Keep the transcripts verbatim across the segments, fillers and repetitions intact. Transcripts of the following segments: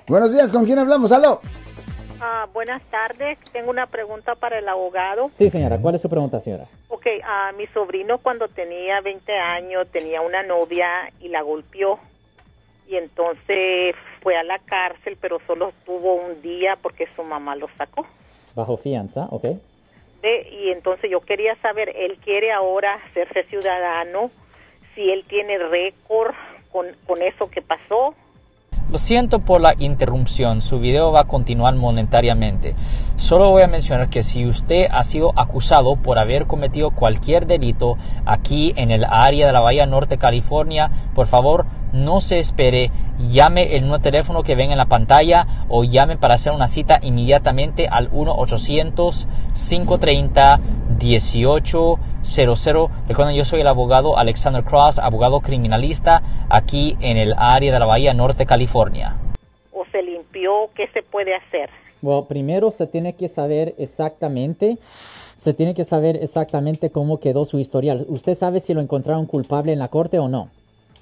Buenos días, ¿con quién hablamos? ¡Aló! Ah, buenas tardes, tengo una pregunta para el abogado. Sí, señora, ¿cuál es su pregunta, señora? Ok, uh, mi sobrino cuando tenía veinte años tenía una novia y la golpeó. Y entonces fue a la cárcel, pero solo estuvo un día porque su mamá lo sacó. Bajo fianza, ok. De, y entonces yo quería saber, él quiere ahora hacerse ciudadano, si él tiene récord con, con eso que pasó. Lo siento por la interrupción, su video va a continuar momentáneamente. Solo voy a mencionar que si usted ha sido acusado por haber cometido cualquier delito aquí en el área de la Bahía Norte, California, por favor, no se espere, llame el nuevo teléfono que ven en la pantalla o llame para hacer una cita inmediatamente al uno ochocientos, cinco treinta, dieciocho cero cero. Recuerden, yo soy el abogado Alexander Cross, abogado criminalista aquí en el área de la Bahía Norte, California. ¿O se limpió? ¿Qué se puede hacer? Bueno, primero se tiene que saber exactamente, se tiene que saber exactamente cómo quedó su historial. ¿Usted sabe si lo encontraron culpable en la corte o no?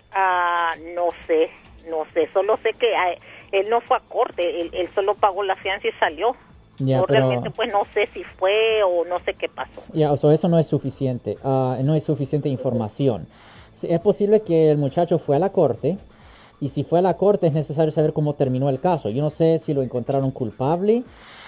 Ah, no sé, no sé, solo sé que ah, él no fue a corte, él, él solo pagó la fianza y salió. Ya, yo pero, realmente pues no sé si fue o no sé qué pasó. Ya, o sea, eso no es suficiente, uh, no es suficiente información. Es posible que el muchacho fue a la corte, y si fue a la corte es necesario saber cómo terminó el caso. Yo no sé si lo encontraron culpable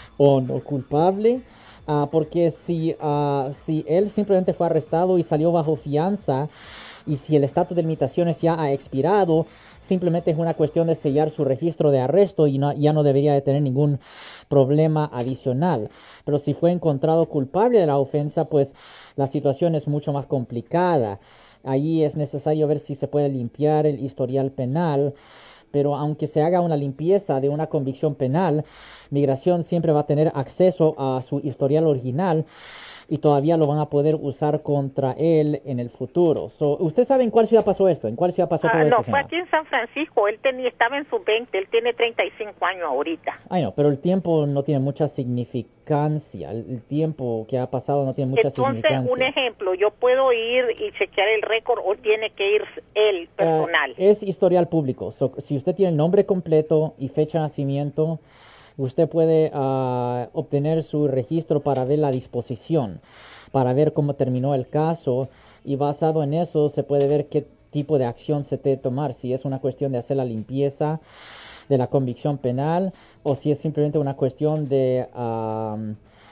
o no culpable, uh, porque si, uh, si él simplemente fue arrestado y salió bajo fianza, y si el estatus de limitaciones ya ha expirado, simplemente es una cuestión de sellar su registro de arresto y no, ya no debería de tener ningún problema adicional. Pero si fue encontrado culpable de la ofensa, pues la situación es mucho más complicada. Ahí es necesario ver si se puede limpiar el historial penal. Pero aunque se haga una limpieza de una convicción penal, Migración siempre va a tener acceso a su historial original y todavía lo van a poder usar contra él en el futuro. So, ¿usted sabe en cuál ciudad pasó esto? ¿En cuál ciudad pasó ah, todo no, esto? No, fue aquí en San Francisco. Él tenía, estaba en sus veinte, él tiene treinta y cinco años ahorita. Ay, no, pero el tiempo no tiene mucha significancia. El, el tiempo que ha pasado no tiene mucha Entonces, significancia. un ejemplo, yo puedo ir y chequear el récord o tiene que ir él personal. Uh, es historial público. So, si usted tiene el nombre completo y fecha de nacimiento, usted puede uh, obtener su registro para ver la disposición, para ver cómo terminó el caso, y basado en eso se puede ver qué tipo de acción se debe tomar, si es una cuestión de hacer la limpieza de la convicción penal o si es simplemente una cuestión de, uh,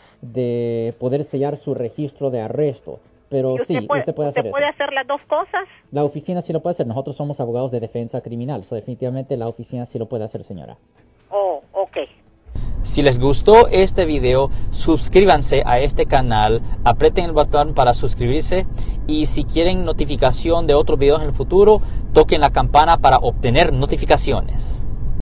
de poder sellar su registro de arresto. Pero usted sí, puede, usted puede hacer ¿usted puede eso. hacer las dos cosas? La oficina sí lo puede hacer. Nosotros somos abogados de defensa criminal. So definitivamente la oficina sí lo puede hacer, señora. Oh, ok. Si les gustó este video, suscríbanse a este canal, aprieten el botón para suscribirse y si quieren notificación de otros videos en el futuro, toquen la campana para obtener notificaciones.